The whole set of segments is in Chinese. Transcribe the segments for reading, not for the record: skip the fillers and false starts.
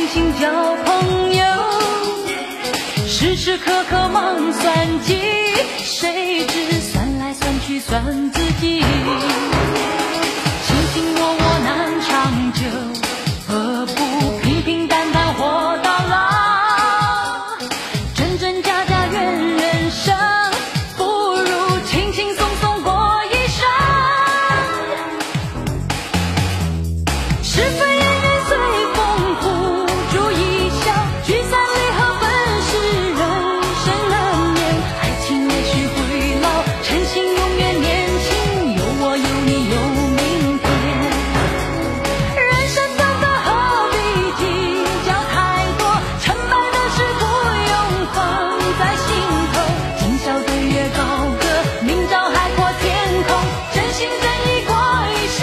心交朋友，时时刻刻忙算计，谁知算来算去算自己。卿卿我我难长久，何不平平淡淡活到老？真真假假怨人生，不如轻轻松松过一生。是非烟云随风付诸一笑，聚散离合本是人生难免。爱情也许会老，真心永远年轻，有我有你有明天。人生短短何必计较太多，成败的事不用放在心头。今宵对月高歌，明朝海阔天空，真心真意过一生。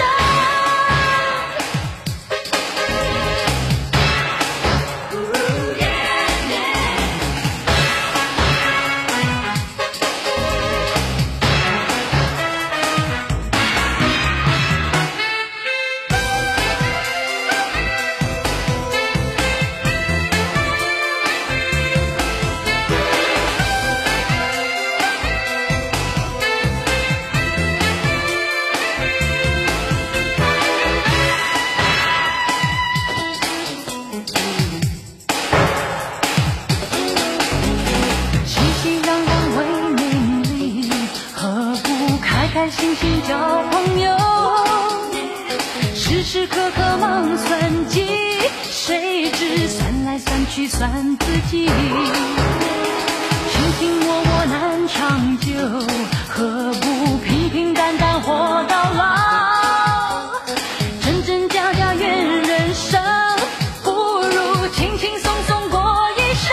熙熙攘攘为名利，何不开开心心交朋友？时时刻刻忙算计，谁知算来算去算自己。卿卿我我难长久，何不平平淡淡活到老？真真假假怨人生，不如轻轻松松过一生。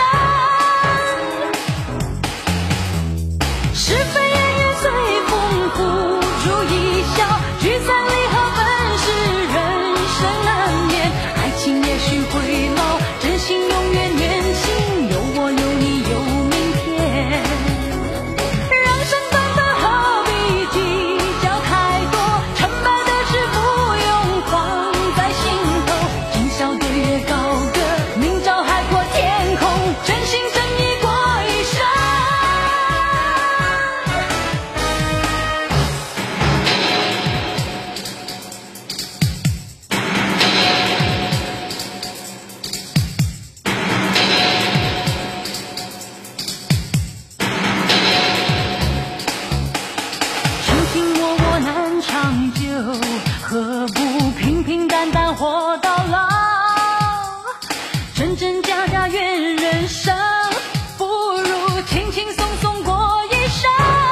是非烟云随风付诸一笑，聚散离合本是人生难免。爱情也许会老，真心永远年轻，有我有你有明天。人生短短何必计较太多，成败的事不用放在心头。今宵对月高歌，明朝海阔天空，真心真意过一生。卿卿我我难长久，何不平平淡淡活到老？真真假假怨人生，不如轻轻松松过一生。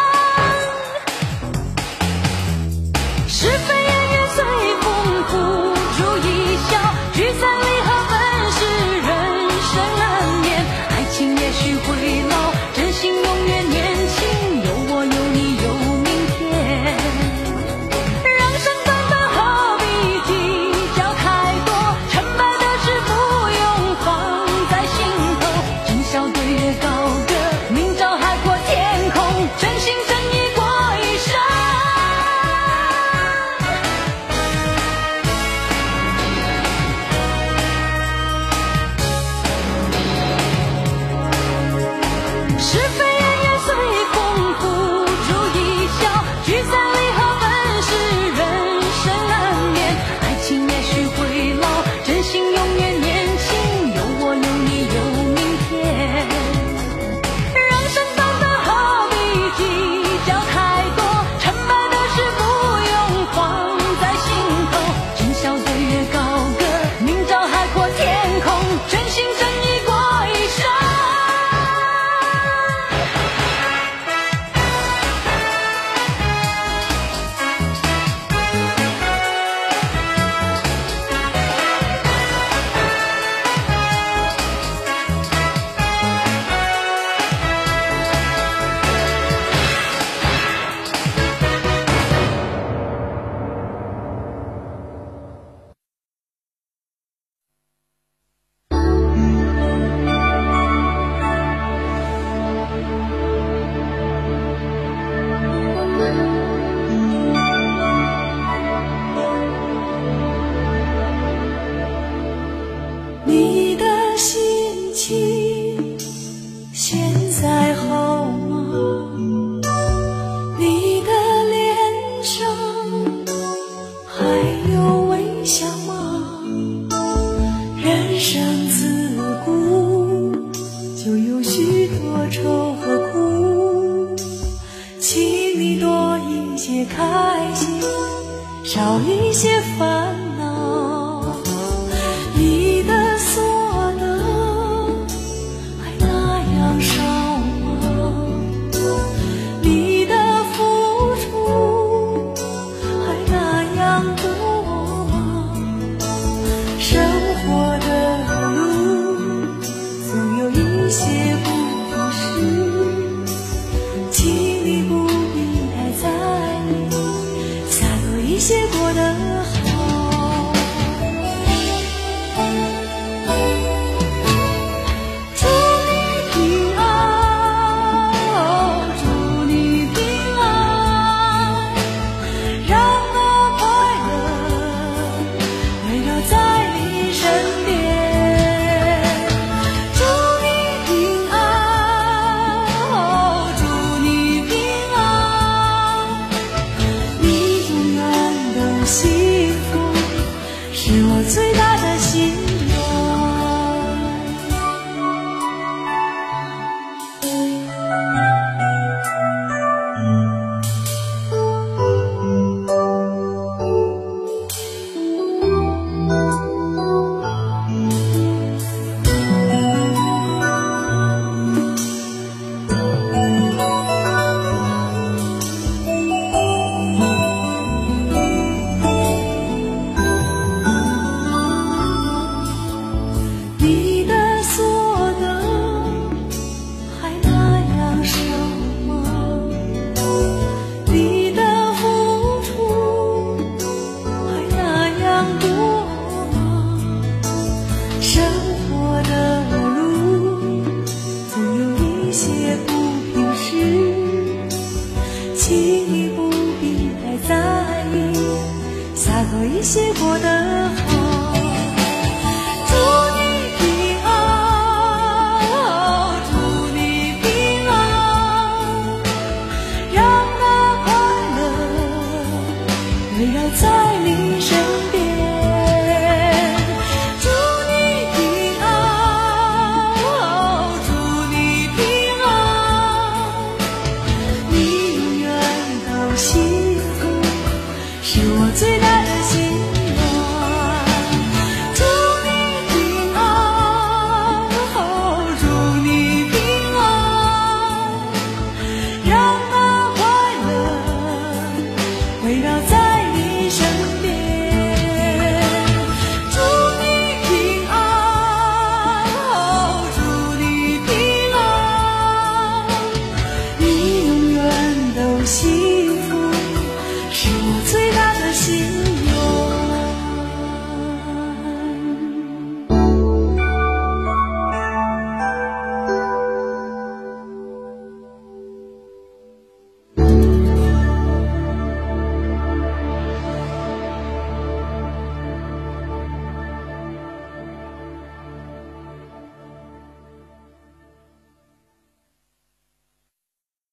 是非烟云随风付诸一笑，聚散离合本是人生难免。爱情也许会老，真心永远年轻，有我有你有明天。人生短短何必计较太多，成败的事不用放在心头。今宵些。